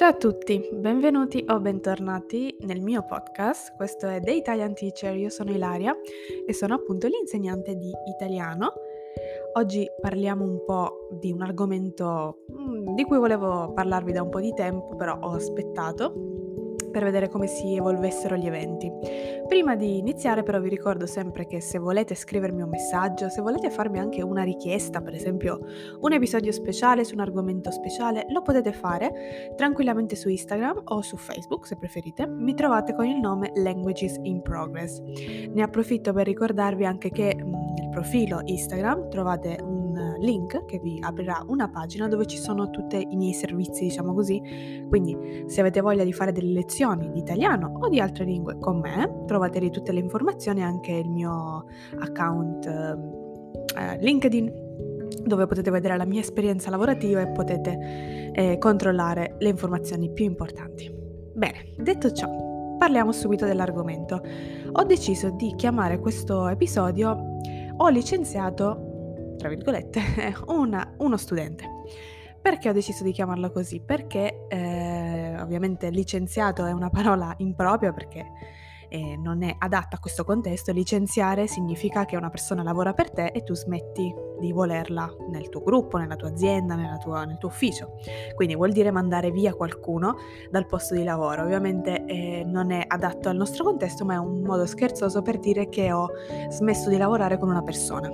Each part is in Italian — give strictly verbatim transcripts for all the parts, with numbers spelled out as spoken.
Ciao a tutti, benvenuti o bentornati nel mio podcast. Questo è The Italian Teacher, io sono Ilaria e sono appunto l'insegnante di italiano. Oggi parliamo un po' di un argomento mm, di cui volevo parlarvi da un po' di tempo, però ho aspettato per vedere come si evolvessero gli eventi. Prima di iniziare però vi ricordo sempre che se volete scrivermi un messaggio, se volete farmi anche una richiesta, per esempio un episodio speciale su un argomento speciale, lo potete fare tranquillamente su Instagram o su Facebook se preferite. Mi trovate con il nome Languages in Progress. Ne approfitto per ricordarvi anche che mh, nel profilo Instagram trovate un link che vi aprirà una pagina dove ci sono tutti i miei servizi, diciamo così. Quindi se avete voglia di fare delle lezioni di italiano o di altre lingue con me, trovate lì tutte le informazioni e anche il mio account eh, LinkedIn, dove potete vedere la mia esperienza lavorativa e potete eh, controllare le informazioni più importanti. Bene, detto ciò, parliamo subito dell'argomento. Ho deciso di chiamare questo episodio Ho licenziato, tra virgolette, una, uno studente. Perché ho deciso di chiamarlo così? Perché eh, ovviamente licenziato è una parola impropria perché eh, non è adatta a questo contesto. Licenziare significa che una persona lavora per te e tu smetti di volerla nel tuo gruppo, nella tua azienda, nella tua, nel tuo ufficio. Quindi vuol dire mandare via qualcuno dal posto di lavoro. Ovviamente eh, non è adatto al nostro contesto, ma è un modo scherzoso per dire che ho smesso di lavorare con una persona.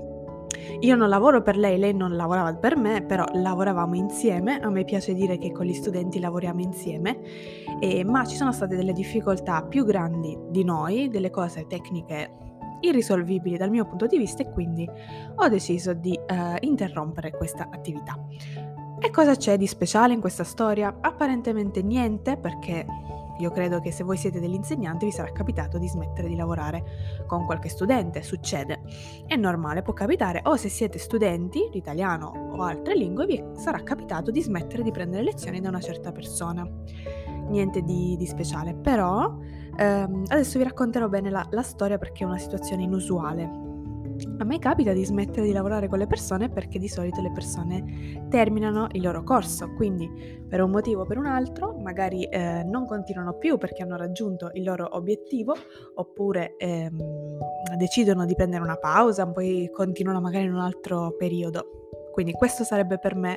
Io non lavoro per lei, lei non lavorava per me, però lavoravamo insieme. A me piace dire che con gli studenti lavoriamo insieme, eh, ma ci sono state delle difficoltà più grandi di noi, delle cose tecniche irrisolvibili dal mio punto di vista e quindi ho deciso di eh, interrompere questa attività. E cosa c'è di speciale in questa storia? Apparentemente niente, perché io credo che se voi siete degli insegnanti vi sarà capitato di smettere di lavorare con qualche studente, succede, è normale, può capitare, o se siete studenti di italiano o altre lingue vi sarà capitato di smettere di prendere lezioni da una certa persona. Niente di, di speciale, però ehm, adesso vi racconterò bene la, la storia perché è una situazione inusuale. A me capita di smettere di lavorare con le persone perché di solito le persone terminano il loro corso, quindi per un motivo o per un altro magari eh, non continuano più perché hanno raggiunto il loro obiettivo oppure ehm, decidono di prendere una pausa, poi continuano magari in un altro periodo. Quindi questo sarebbe per me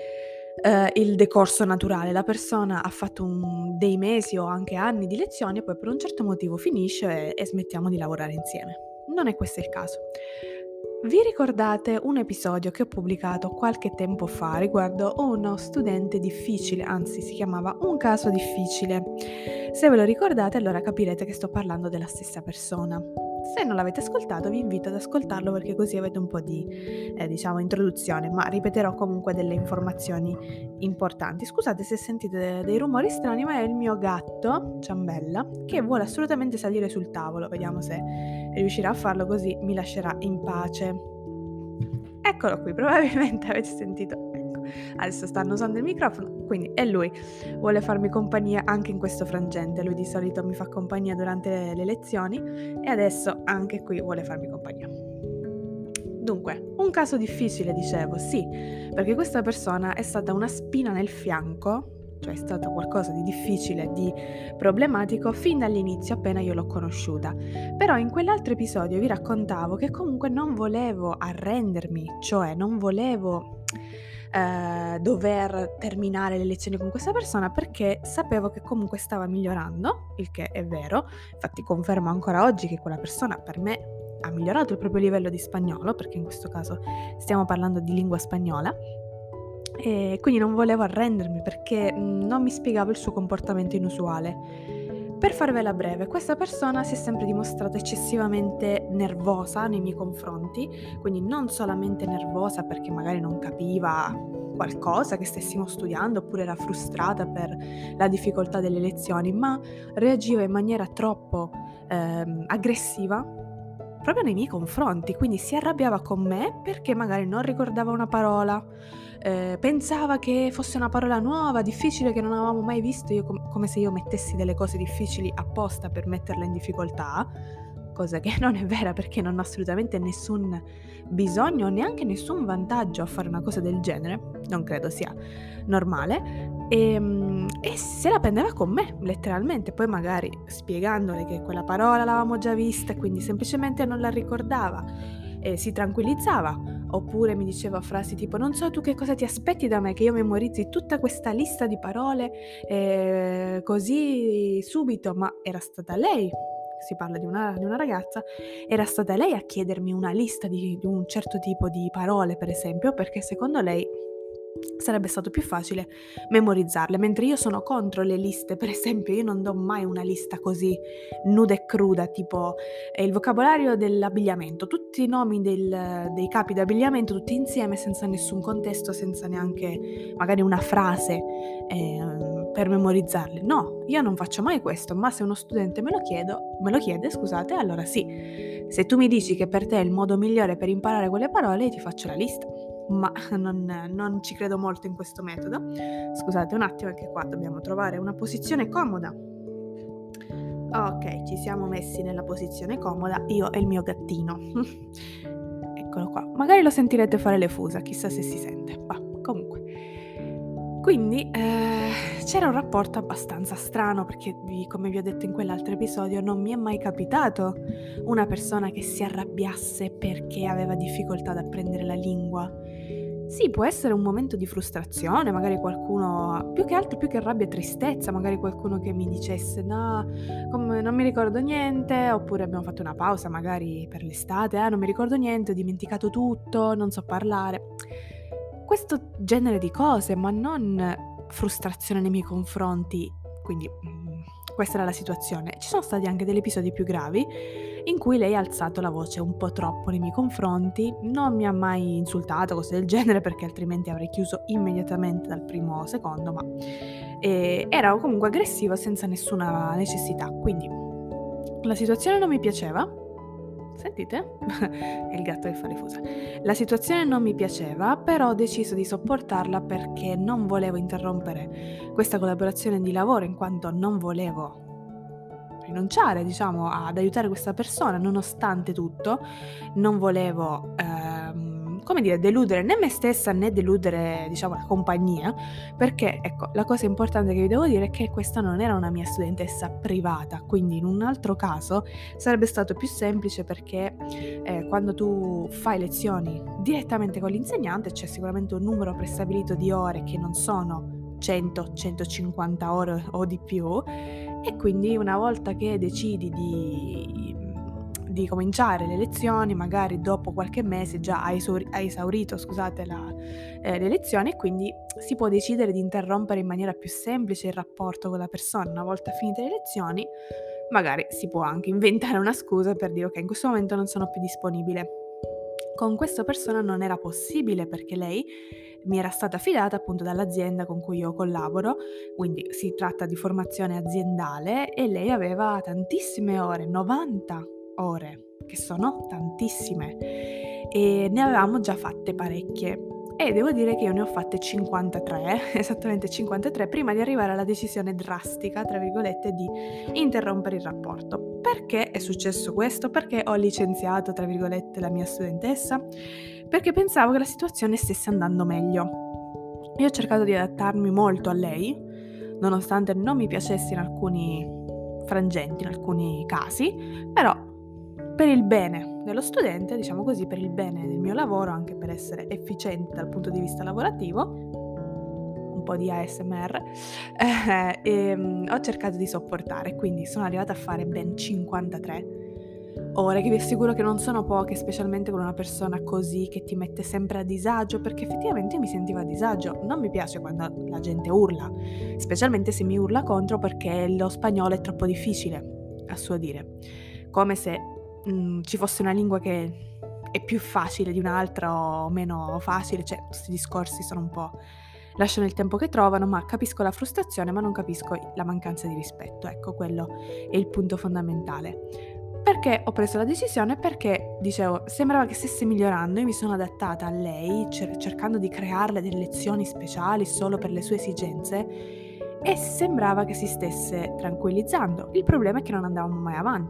eh, il decorso naturale. La persona ha fatto un, dei mesi o anche anni di lezioni e poi per un certo motivo finisce e, e smettiamo di lavorare insieme. Non è questo il caso. Vi ricordate un episodio che ho pubblicato qualche tempo fa riguardo uno studente difficile, anzi si chiamava Un caso difficile? Se ve lo ricordate allora capirete che sto parlando della stessa persona. Se non l'avete ascoltato vi invito ad ascoltarlo perché così avete un po' di, eh, diciamo, introduzione, ma ripeterò comunque delle informazioni importanti. Scusate se sentite dei rumori strani, ma è il mio gatto, Ciambella, che vuole assolutamente salire sul tavolo. Vediamo se riuscirà a farlo, così mi lascerà in pace. Eccolo qui, probabilmente avete sentito. Ecco, adesso stanno usando il microfono, quindi è lui. Vuole farmi compagnia anche in questo frangente. Lui di solito mi fa compagnia durante le lezioni e adesso anche qui vuole farmi compagnia. Dunque, un caso difficile, dicevo, sì, perché questa persona è stata una spina nel fianco, cioè è stato qualcosa di difficile, di problematico fin dall'inizio appena io l'ho conosciuta. Però in quell'altro episodio vi raccontavo che comunque non volevo arrendermi, cioè non volevo eh, dover terminare le lezioni con questa persona perché sapevo che comunque stava migliorando, il che è vero, infatti confermo ancora oggi che quella persona per me ha migliorato il proprio livello di spagnolo, perché in questo caso stiamo parlando di lingua spagnola, e quindi non volevo arrendermi perché non mi spiegavo il suo comportamento inusuale. Per farvela breve, questa persona si è sempre dimostrata eccessivamente nervosa nei miei confronti, quindi non solamente nervosa perché magari non capiva qualcosa che stessimo studiando oppure era frustrata per la difficoltà delle lezioni, ma reagiva in maniera troppo ehm, aggressiva proprio nei miei confronti, quindi si arrabbiava con me perché magari non ricordava una parola, eh, pensava che fosse una parola nuova, difficile, che non avevamo mai visto, io com- come se io mettessi delle cose difficili apposta per metterla in difficoltà, cosa che non è vera perché non ho assolutamente nessun bisogno, neanche nessun vantaggio a fare una cosa del genere, non credo sia normale, ehm, e se la prendeva con me, letteralmente, poi magari spiegandole che quella parola l'avevamo già vista e quindi semplicemente non la ricordava, e si tranquillizzava, oppure mi diceva frasi tipo: "Non so tu che cosa ti aspetti da me, che io memorizzi tutta questa lista di parole, ehm, così subito", ma era stata lei, si parla di una di una ragazza, era stata lei a chiedermi una lista di di un certo tipo di parole, per esempio, perché secondo lei sarebbe stato più facile memorizzarle, mentre io sono contro le liste. Per esempio, io non do mai una lista così nuda e cruda, tipo, ehm, il vocabolario dell'abbigliamento, tutti i nomi del dei capi d'abbigliamento tutti insieme, senza nessun contesto, senza neanche magari una frase, ehm, per memorizzarle. No, io non faccio mai questo, ma se uno studente me lo chiedo me lo chiede, scusate, allora sì. Se tu mi dici che per te è il modo migliore per imparare quelle parole, io ti faccio la lista. Ma non non ci credo molto in questo metodo. Scusate un attimo, perché qua dobbiamo trovare una posizione comoda. Okay, ci siamo messi nella posizione comoda, io e il mio gattino. Eccolo qua. Magari lo sentirete fare le fusa, chissà se si sente. Bah, comunque. Quindi, ehm, c'era un rapporto abbastanza strano perché vi come vi ho detto in quell'altro episodio, non mi è mai capitato una persona che si arrabbiasse perché aveva difficoltà ad apprendere la lingua. Sì, può essere un momento di frustrazione, magari qualcuno più che altro più che rabbia e tristezza, magari qualcuno che mi dicesse: "No, come non mi ricordo niente", oppure abbiamo fatto una pausa magari per l'estate: "Ah, non mi ricordo niente, ho dimenticato tutto, non so parlare". Questo genere di cose, ma non frustrazione nei miei confronti. Quindi, mhmm, questa era la situazione. Ci sono stati anche degli episodi più gravi in cui lei ha alzato la voce un po' troppo nei miei confronti, non mi ha mai insultato, cose del genere, perché altrimenti avrei chiuso immediatamente dal primo secondo, ma, ehm, era comunque aggressiva senza nessuna necessità. Quindi la situazione non mi piaceva. Sentite? È il gatto che fa le fusa. La situazione non mi piaceva, però ho deciso di sopportarla perché non volevo interrompere questa collaborazione di lavoro, in quanto non volevo rinunciare, diciamo, ad aiutare questa persona nonostante tutto. Non volevo, ehm, come dire, deludere né me stessa né deludere, diciamo, la compagnia, perché, ecco, la cosa importante che vi devo dire è che questa non era una mia studentessa privata, quindi in un altro caso sarebbe stato più semplice perché, ehm, quando tu fai lezioni direttamente con l'insegnante c'è sicuramente un numero prestabilito di ore che non sono cento, centocinquanta ore o di più, e quindi una volta che decidi di mhmm, di cominciare le lezioni, magari dopo qualche mese già hai esauri hai esaurito, scusate, la ehm, le lezioni, e quindi si può decidere di interrompere in maniera più semplice il rapporto con la persona. Una volta finite le lezioni, magari si può anche inventare una scusa per dire: "Okay, in questo momento non sono più disponibile". Con questa persona non era possibile perché lei mi era stata affidata appunto dall'azienda con cui io collaboro, quindi si tratta di formazione aziendale, e lei aveva tantissime ore, novanta ore, che sono tantissime, e ne avevamo già fatte parecchie. E devo dire che io ne ho fatte cinquantatré, esattamente cinquantatré, prima di arrivare alla decisione "drastica", tra virgolette, di interrompere il rapporto. Perché è successo questo? Perché ho "licenziato", tra virgolette, la mia studentessa? Perché pensavo che la situazione stesse andando meglio. Io ho cercato di adattarmi molto a lei, nonostante non mi piacesse in alcuni frangenti, in alcuni casi, però per il bene dello studente, diciamo così, per il bene del mio lavoro, anche per essere efficiente dal punto di vista lavorativo, un po' di A S M R, eh, ehm, ho cercato di sopportare, quindi sono arrivata a fare ben cinquantatré ore, che vi assicuro che non sono poche, specialmente con una persona così che ti mette sempre a disagio, perché effettivamente io mi sentivo a disagio. Non mi piace quando la gente urla, specialmente se mi urla contro perché lo spagnolo è troppo difficile, a suo dire, come se mhmm, ci fosse una lingua che è più facile di un'altra o meno facile, cioè questi discorsi sono un po', lasciano il tempo che trovano, ma capisco la frustrazione, ma non capisco la mancanza di rispetto. Ecco, quello è il punto fondamentale. Perché ho preso la decisione? Perché, dicevo, sembrava che stesse migliorando, io mi sono adattata a lei, cer cercando di crearle delle lezioni speciali solo per le sue esigenze, e sembrava che si stesse tranquillizzando. Il problema è che non andavamo mai avanti.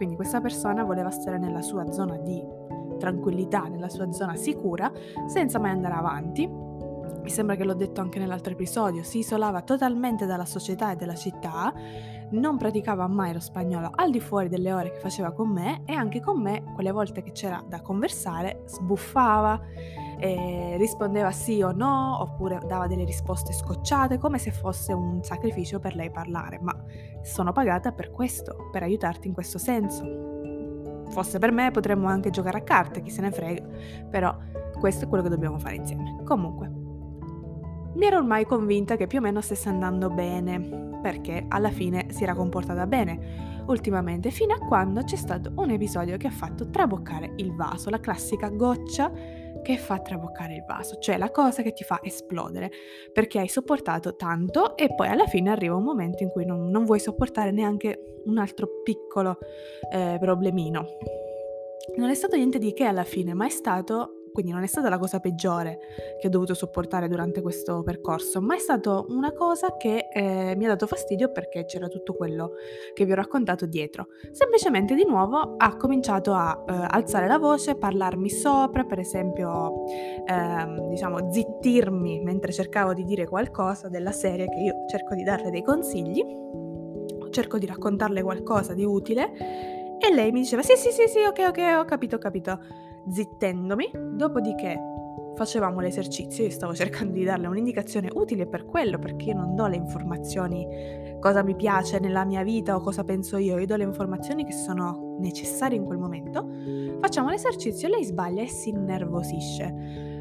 Quindi questa persona voleva stare nella sua zona di tranquillità, nella sua zona sicura, senza mai andare avanti. Mi sembra che l'ho detto anche nell'altro episodio, si isolava totalmente dalla società e dalla città, non praticava mai lo spagnolo al di fuori delle ore che faceva con me, e anche con me, quelle volte che c'era da conversare, sbuffava, eh, rispondeva sì o no, oppure dava delle risposte scocciate, come se fosse un sacrificio per lei parlare. Ma sono pagata per questo, per aiutarti in questo senso. Fosse per me potremmo anche giocare a carte, chi se ne frega, però questo è quello che dobbiamo fare insieme. Comunque, mi ero ormai convinta che più o meno stesse andando bene, perché alla fine si era comportata bene ultimamente, fino a quando c'è stato un episodio che ha fatto traboccare il vaso, la classica goccia che fa traboccare il vaso, cioè la cosa che ti fa esplodere, perché hai sopportato tanto e poi alla fine arriva un momento in cui non, non vuoi sopportare neanche un altro piccolo eh, problemino. Non è stato niente di che alla fine, ma è stato... Quindi non è stata la cosa peggiore che ho dovuto sopportare durante questo percorso, ma è stata una cosa che eh, mi ha dato fastidio, perché c'era tutto quello che vi ho raccontato dietro. Semplicemente di nuovo ha cominciato a eh, alzare la voce, parlarmi sopra, per esempio ehm, diciamo zittirmi mentre cercavo di dire qualcosa della serie, che io cerco di darle dei consigli, cerco di raccontarle qualcosa di utile, e lei mi diceva sì sì sì sì ok ok ho capito ho capito, zittendomi. Dopodiché facevamo l'esercizio, io stavo cercando di darle un'indicazione utile per quello, perché io non do le informazioni cosa mi piace nella mia vita o cosa penso io, io do le informazioni che sono necessarie in quel momento. Facciamo l'esercizio, lei sbaglia e si innervosisce.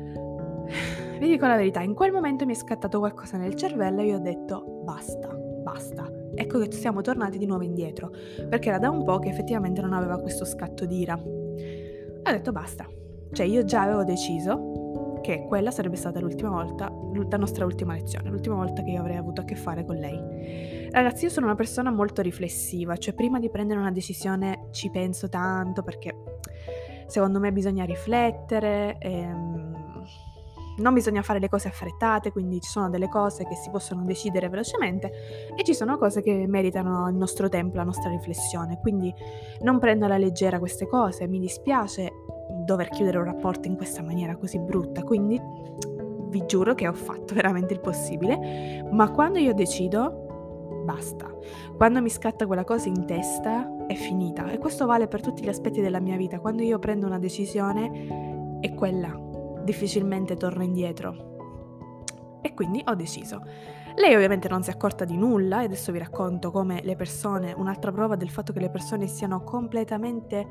Vi dico la verità, in quel momento mi è scattato qualcosa nel cervello e io ho detto basta, basta. Ecco che siamo tornati di nuovo indietro, perché era da un po' che effettivamente non aveva questo scatto d'ira. Ho detto basta, cioè io già avevo deciso che quella sarebbe stata l'ultima volta, la nostra ultima lezione, l'ultima volta che io avrei avuto a che fare con lei. Ragazzi, io sono una persona molto riflessiva, cioè prima di prendere una decisione ci penso tanto, perché secondo me bisogna riflettere, ehm, non bisogna fare le cose affrettate, quindi ci sono delle cose che si possono decidere velocemente e ci sono cose che meritano il nostro tempo, la nostra riflessione, quindi non prendo alla leggera queste cose. Mi dispiace dover chiudere un rapporto in questa maniera così brutta, quindi vi giuro che ho fatto veramente il possibile, ma quando io decido basta, quando mi scatta quella cosa in testa è finita, e questo vale per tutti gli aspetti della mia vita. Quando io prendo una decisione è quella, difficilmente torno indietro, e quindi ho deciso. Lei ovviamente non si è accorta di nulla, e adesso vi racconto come le persone, un'altra prova del fatto che le persone siano completamente,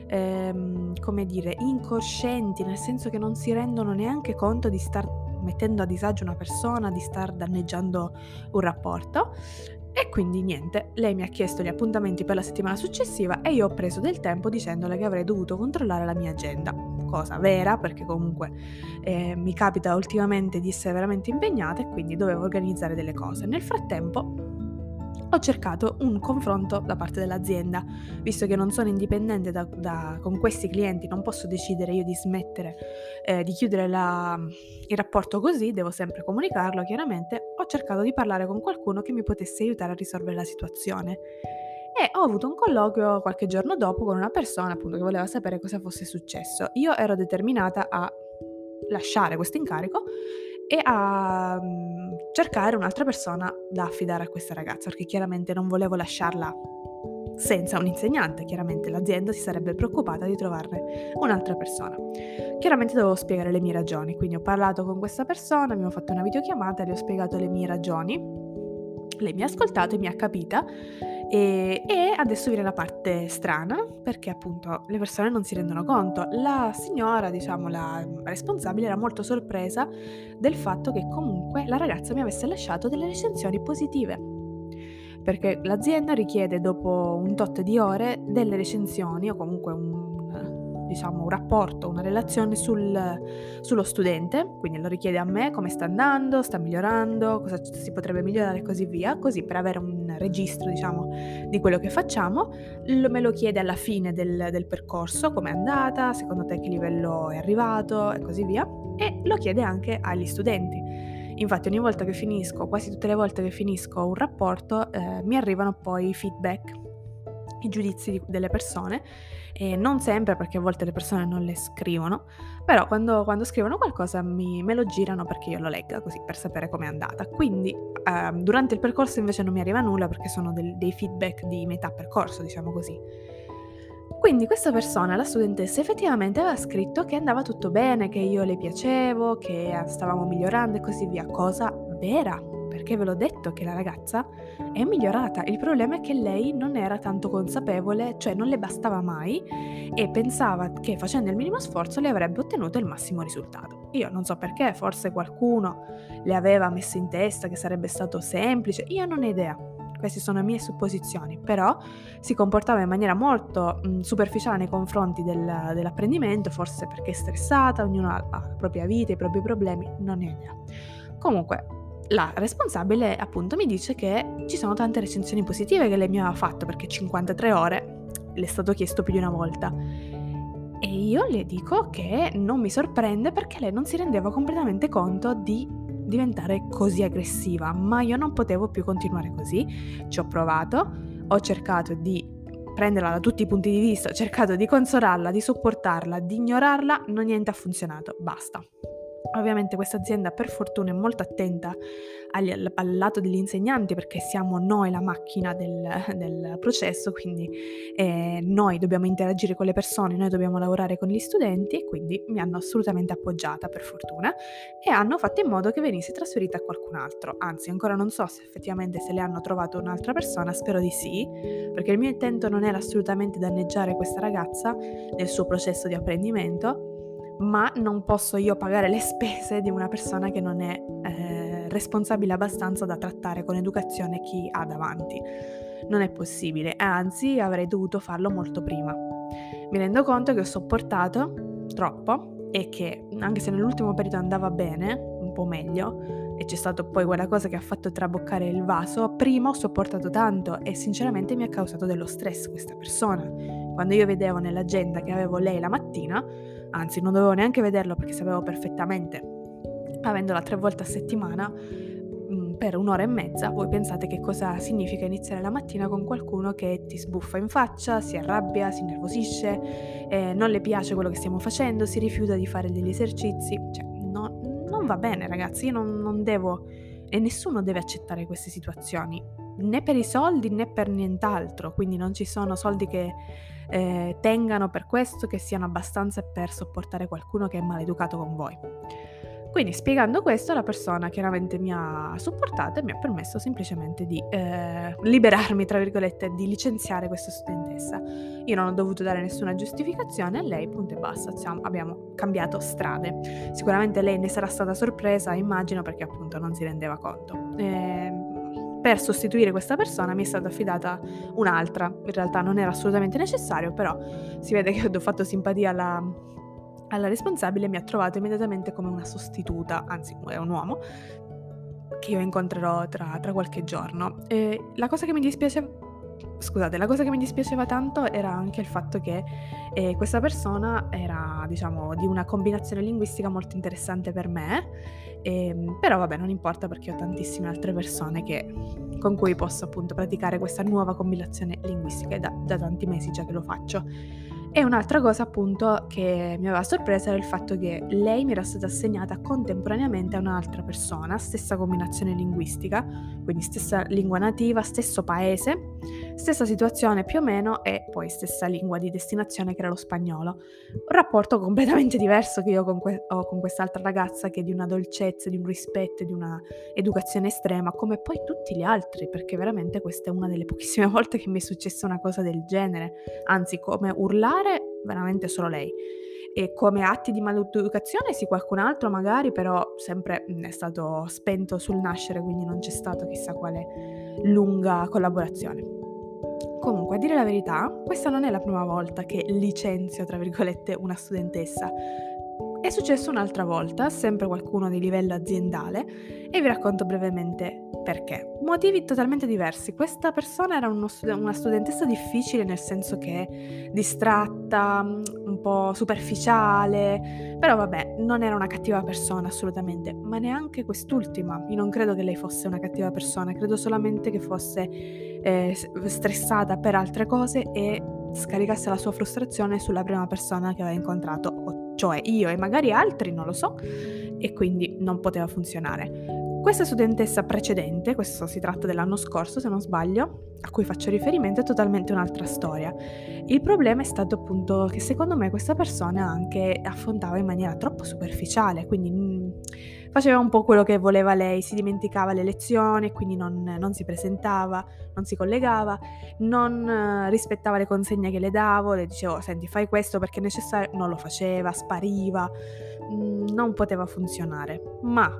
ehm, come dire, incoscienti, nel senso che non si rendono neanche conto di star mettendo a disagio una persona, di star danneggiando un rapporto. E quindi niente, lei mi ha chiesto gli appuntamenti per la settimana successiva e io ho preso del tempo dicendole che avrei dovuto controllare la mia agenda, cosa vera, perché comunque eh, mi capita ultimamente di essere veramente impegnata e quindi dovevo organizzare delle cose. Nel frattempo ho cercato un confronto da parte dell'azienda, visto che non sono indipendente da, da, con questi clienti, non posso decidere io di smettere, eh, di chiudere la, il rapporto così, devo sempre comunicarlo chiaramente. Ho cercato di parlare con qualcuno che mi potesse aiutare a risolvere la situazione e ho avuto un colloquio qualche giorno dopo con una persona appunto che voleva sapere cosa fosse successo. Io ero determinata a lasciare questo incarico e a um, cercare un'altra persona da affidare a questa ragazza, perché chiaramente non volevo lasciarla senza un insegnante. Chiaramente l'azienda si sarebbe preoccupata di trovarne un'altra persona. Chiaramente dovevo spiegare le mie ragioni, quindi ho parlato con questa persona, abbiamo fatto una videochiamata e le ho spiegato le mie ragioni. Lei mi ha ascoltato e mi ha capita, e, e adesso viene la parte strana, perché appunto le persone non si rendono conto. La signora, diciamo la responsabile, era molto sorpresa del fatto che comunque la ragazza mi avesse lasciato delle recensioni positive, perché l'azienda richiede dopo un tot di ore delle recensioni o comunque un diciamo un rapporto, una relazione sul, sullo studente, quindi lo richiede a me, come sta andando, sta migliorando, cosa si potrebbe migliorare e così via, così per avere un registro diciamo di quello che facciamo. Lo, me lo chiede alla fine del, del percorso, come è andata, secondo te che livello è arrivato e così via, e lo chiede anche agli studenti. Infatti ogni volta che finisco, quasi tutte le volte che finisco un rapporto, eh, mi arrivano poi feedback i giudizi di delle persone, e non sempre perché a volte le persone non le scrivono, però quando quando scrivono qualcosa mi me lo girano perché io lo legga, così per sapere com'è andata. Quindi, ehm, durante il percorso invece non mi arriva nulla perché sono del dei feedback di metà percorso, diciamo così. Quindi questa persona, la studentessa, effettivamente aveva scritto che andava tutto bene, che io le piacevo, che a stavamo migliorando e così via, cosa vera, perché ve l'ho detto che la ragazza è migliorata. Il problema è che lei non era tanto consapevole, cioè non le bastava mai e pensava che facendo il minimo sforzo le avrebbe ottenuto il massimo risultato. Io non so perché, forse qualcuno le aveva messo in testa che sarebbe stato semplice, io non ho idea. Queste sono mie supposizioni, però si comportava in maniera molto mh, superficiale nei confronti del- dell'apprendimento, forse perché è stressata, ognuno ha, ha la propria vita, i propri problemi, non ne ho idea. Comunque, la responsabile appunto mi dice che ci sono tante recensioni positive che lei mi aveva fatto, perché cinquantatré ore le è stato chiesto più di una volta. E io le dico che non mi sorprende perché lei non si rendeva completamente conto di diventare così aggressiva, ma io non potevo più continuare così. Ci ho provato, ho cercato di prenderla da tutti i punti di vista, ho cercato di consolarla, di sopportarla, di ignorarla, non niente ha funzionato, basta. Ovviamente questa azienda per fortuna è molto attenta agli- al, al lato degli insegnanti perché siamo noi la macchina del, del processo, quindi eh, noi dobbiamo interagire con le persone, noi dobbiamo lavorare con gli studenti e quindi mi hanno assolutamente appoggiata per fortuna e hanno fatto in modo che venisse trasferita a qualcun altro. Anzi, ancora non so se effettivamente se le hanno trovato un'altra persona, spero di sì, perché il mio intento non era assolutamente danneggiare questa ragazza nel suo processo di apprendimento, ma non posso io pagare le spese di una persona che non è eh, responsabile abbastanza da trattare con educazione chi ha davanti. Non è possibile, anzi avrei dovuto farlo molto prima. Mi rendo conto che ho sopportato troppo e che anche se nell'ultimo periodo andava bene, un po' meglio, e c'è stato poi quella cosa che ha fatto traboccare il vaso, prima ho sopportato tanto e sinceramente mi ha causato dello stress questa persona. Quando io vedevo nell'agenda che avevo lei la mattina, anzi non dovevo neanche vederlo perché sapevo perfettamente, avendola tre volte a settimana, mh, per un'ora e mezza, voi pensate che cosa significa iniziare la mattina con qualcuno che ti sbuffa in faccia, si arrabbia, si innervosisce, eh, non le piace quello che stiamo facendo, si rifiuta di fare degli esercizi, cioè no- non va bene ragazzi, io non, non devo e nessuno deve accettare queste situazioni, né per i soldi né per nient'altro, quindi non ci sono soldi che eh, tengano per questo, che siano abbastanza per sopportare qualcuno che è maleducato con voi. Quindi spiegando questo, la persona chiaramente mi ha supportata e mi ha permesso semplicemente di eh, liberarmi, tra virgolette, di licenziare questa studentessa. Io non ho dovuto dare nessuna giustificazione a lei, punto e basta, siamo- abbiamo cambiato strade. Sicuramente lei ne sarà stata sorpresa, immagino, perché appunto non si rendeva conto. Ehm, per sostituire questa persona mi è stata affidata un'altra, in realtà non era assolutamente necessario, però si vede che ho fatto simpatia alla, alla responsabile e mi ha trovato immediatamente come una sostituta, anzi è un uomo, che io incontrerò tra, tra qualche giorno. E la cosa che mi dispiace Scusate, la cosa che mi dispiaceva tanto era anche il fatto che eh, questa persona era, diciamo, di una combinazione linguistica molto interessante per me, ehm, però vabbè, non importa perché ho tantissime altre persone che- con cui posso appunto praticare questa nuova combinazione linguistica, è da, da tanti mesi già che lo faccio. E un'altra cosa appunto che mi aveva sorpresa era il fatto che lei mi era stata assegnata contemporaneamente a un'altra persona, stessa combinazione linguistica, quindi stessa lingua nativa, stesso paese, stessa situazione più o meno e poi stessa lingua di destinazione che era lo spagnolo. Un rapporto completamente diverso che io con que- ho con quest'altra ragazza che è di una dolcezza, di un rispetto, di una educazione estrema, come poi tutti gli altri, perché veramente questa è una delle pochissime volte che mi è successa una cosa del genere, anzi come urlare veramente solo lei. E come atti di maleducazione sì qualcun altro magari, però sempre mh, è stato spento sul nascere, quindi non c'è stato chissà quale lunga collaborazione. Comunque, a dire la verità, questa non è la prima volta che licenzio, tra virgolette, una studentessa. È successo un'altra volta, sempre qualcuno di livello aziendale, e vi racconto brevemente perché. Motivi totalmente diversi. Questa persona era uno stu- una studentessa difficile, nel senso che distratta, mm, un po' superficiale, però vabbè, non era una cattiva persona assolutamente, ma neanche quest'ultima. Io non credo che lei fosse una cattiva persona, credo solamente che fosse eh, s- stressata per altre cose e scaricasse la sua frustrazione sulla prima persona che aveva incontrato, o- cioè io e magari altri, non lo so, e quindi non poteva funzionare. Questa studentessa precedente, questo si tratta dell'anno scorso se non sbaglio, a cui faccio riferimento, è totalmente un'altra storia. Il problema è stato appunto che secondo me questa persona anche affrontava in maniera troppo superficiale, quindi mm, faceva un po' quello che voleva lei, si dimenticava le lezioni e quindi non, non si presentava, non si collegava, non eh, rispettava le consegne che le davo, le dicevo senti fai questo perché è necessario, non lo faceva, spariva, mm, non poteva funzionare. Ma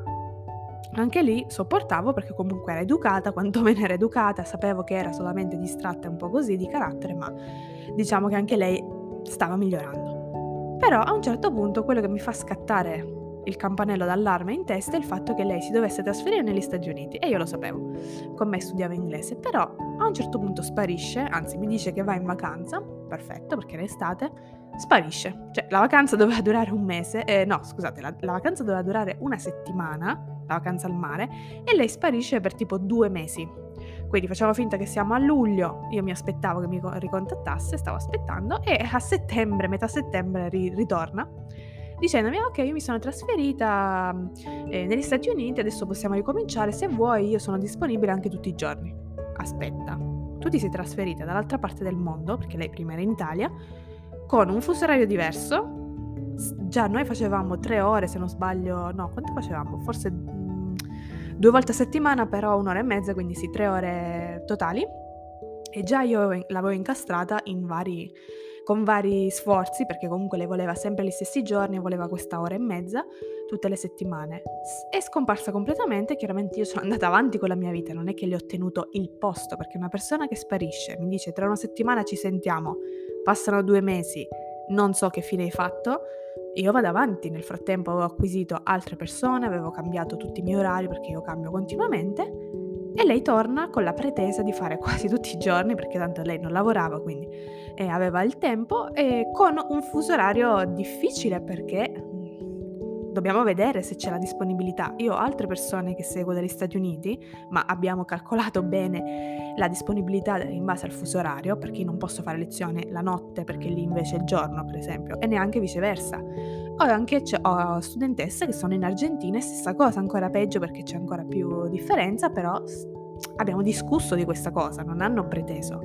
anche lì sopportavo perché comunque era educata, quantomeno era educata, sapevo che era solamente distratta e un po' così di carattere, ma diciamo che anche lei stava migliorando. Però a un certo punto quello che mi fa scattare il campanello d'allarme in testa è il fatto che lei si dovesse trasferire negli Stati Uniti e io lo sapevo, con me studiava inglese, però a un certo punto sparisce, anzi mi dice che va in vacanza, perfetto perché era estate, sparisce, cioè la vacanza doveva durare un mese, eh, no scusate, la, la vacanza doveva durare una settimana, la vacanza al mare, e lei sparisce per tipo due mesi. Quindi facciamo finta che siamo a luglio, io mi aspettavo che mi co- ricontattasse, stavo aspettando, e a settembre, metà settembre ri- ritorna dicendomi "Ah, ok, io mi sono trasferita eh, negli Stati Uniti, adesso possiamo ricominciare, se vuoi io sono disponibile anche tutti i giorni". Aspetta, tu ti sei trasferita dall'altra parte del mondo, perché lei prima era in Italia, con un fuso orario diverso. S- già noi facevamo tre ore se non sbaglio, no, quanto facevamo? Forse mm, due volte a settimana, però un'ora e mezza, quindi sì, tre ore totali. E già io avevo- l'avevo incastrata in vari, con vari sforzi, perché comunque lei voleva sempre gli stessi giorni, voleva questa ora e mezza tutte le settimane. S- È scomparsa completamente, chiaramente io sono andata avanti con la mia vita, non è che le ho ottenuto il posto, perché una persona che sparisce, mi dice tra una settimana ci sentiamo, passano due mesi, non so che fine hai fatto, io vado avanti, nel frattempo avevo acquisito altre persone, avevo cambiato tutti i miei orari perché io cambio continuamente e lei torna con la pretesa di fare quasi tutti i giorni, perché tanto lei non lavorava, quindi eh, aveva il tempo, e con un fuso orario difficile perché mm, dobbiamo vedere se c'è la disponibilità. Io ho altre persone che seguo dagli Stati Uniti, ma abbiamo calcolato bene la disponibilità in base al fuso orario, perché io non posso fare lezione la notte perché lì invece è il giorno, per esempio, e neanche viceversa. Ho anche c- ho studentesse che sono in Argentina e stessa cosa, ancora peggio perché c'è ancora più differenza, però s- abbiamo discusso di questa cosa, non hanno preteso.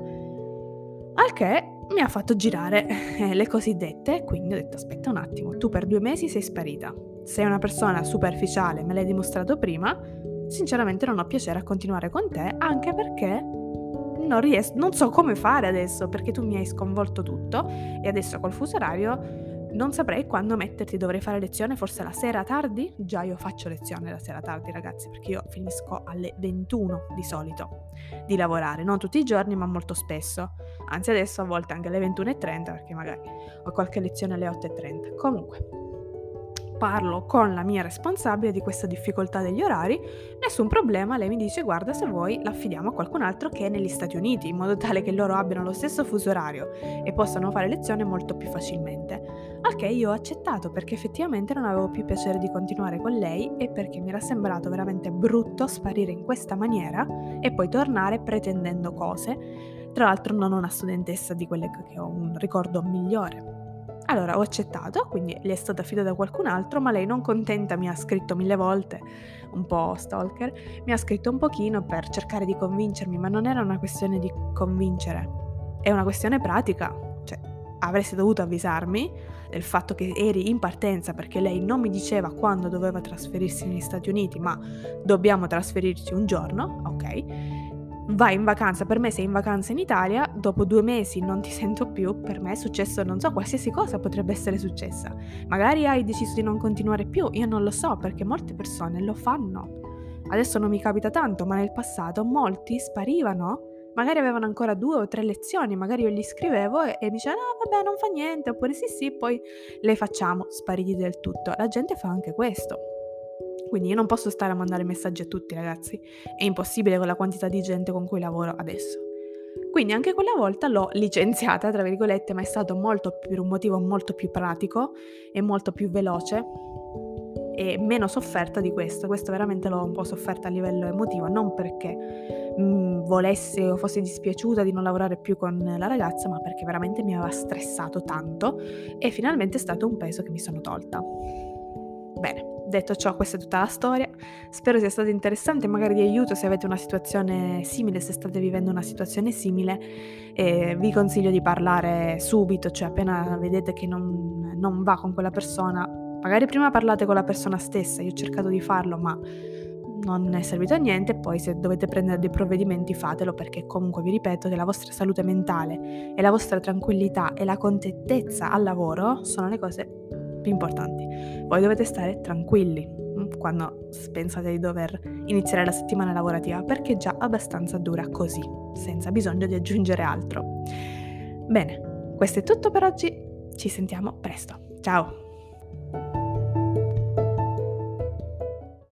Al che mi ha fatto girare eh, le cosiddette, quindi ho detto aspetta un attimo, tu per due mesi sei sparita, sei una persona superficiale, me l'hai dimostrato prima, sinceramente non ho piacere a continuare con te, anche perché non riesco, non so come fare adesso, perché tu mi hai sconvolto tutto e adesso col fuso orario non saprei quando metterti, dovrei fare lezione forse la sera tardi? Già io faccio lezione la sera tardi ragazzi, perché io finisco alle ventuno di solito di lavorare, non tutti i giorni ma molto spesso, anzi adesso a volte anche alle ventuno e trenta perché magari ho qualche lezione alle otto e trenta. Comunque parlo con la mia responsabile di questa difficoltà degli orari, nessun problema, lei mi dice guarda se vuoi l'affidiamo a qualcun altro che è negli Stati Uniti, in modo tale che loro abbiano lo stesso fuso orario e possano fare lezione molto più facilmente. Al che io ho accettato perché effettivamente non avevo più piacere di continuare con lei e perché mi era sembrato veramente brutto sparire in questa maniera e poi tornare pretendendo cose. Tra l'altro non una studentessa di quelle che ho un ricordo migliore. Allora ho accettato, quindi le è stata affidata a qualcun altro, ma lei non contenta mi ha scritto mille volte, un po' stalker, mi ha scritto un pochino per cercare di convincermi, ma non era una questione di convincere, è una questione pratica, cioè avreste dovuto avvisarmi del fatto che eri in partenza perché lei non mi diceva quando doveva trasferirsi negli Stati Uniti, ma dobbiamo trasferirci un giorno, ok? Vai in vacanza, per me sei in vacanza in Italia, dopo due mesi non ti sento più, per me è successo, non so, qualsiasi cosa potrebbe essere successa. Magari hai deciso di non continuare più, io non lo so, perché molte persone lo fanno. Adesso non mi capita tanto, ma nel passato molti sparivano Magari avevano ancora due o tre lezioni, magari io gli scrivevo e e mi diceva: "No vabbè non fa niente", oppure "Sì, sì, poi le facciamo", spariti del tutto. La gente fa anche questo. Quindi io non posso stare a mandare messaggi a tutti ragazzi, è impossibile con la quantità di gente con cui lavoro adesso. Quindi anche quella volta l'ho "licenziata" tra virgolette, ma è stato molto per un motivo molto più pratico e molto più veloce e meno sofferta di questo. Questo veramente l'ho un po' sofferta a livello emotivo, non perché, mhmm, volesse o fossi dispiaciuta di non lavorare più con la ragazza, ma perché veramente mi aveva stressato tanto e finalmente è stato un peso che mi sono tolta. Bene, detto ciò, questa è tutta la storia. Spero sia stata interessante, magari di aiuto se avete una situazione simile, se state vivendo una situazione simile, e vi consiglio di parlare subito, cioè appena vedete che non non va con quella persona, magari prima parlate con la persona stessa, io ho cercato di farlo ma non è servito a niente, poi se dovete prendere dei provvedimenti fatelo perché comunque vi ripeto che la vostra salute mentale e la vostra tranquillità e la contentezza al lavoro sono le cose più importanti. Voi dovete stare tranquilli, mh, quando s pensate di dover iniziare la settimana lavorativa, perché è già abbastanza dura così, senza bisogno di aggiungere altro. Bene, questo è tutto per oggi, ci sentiamo presto. Ciao!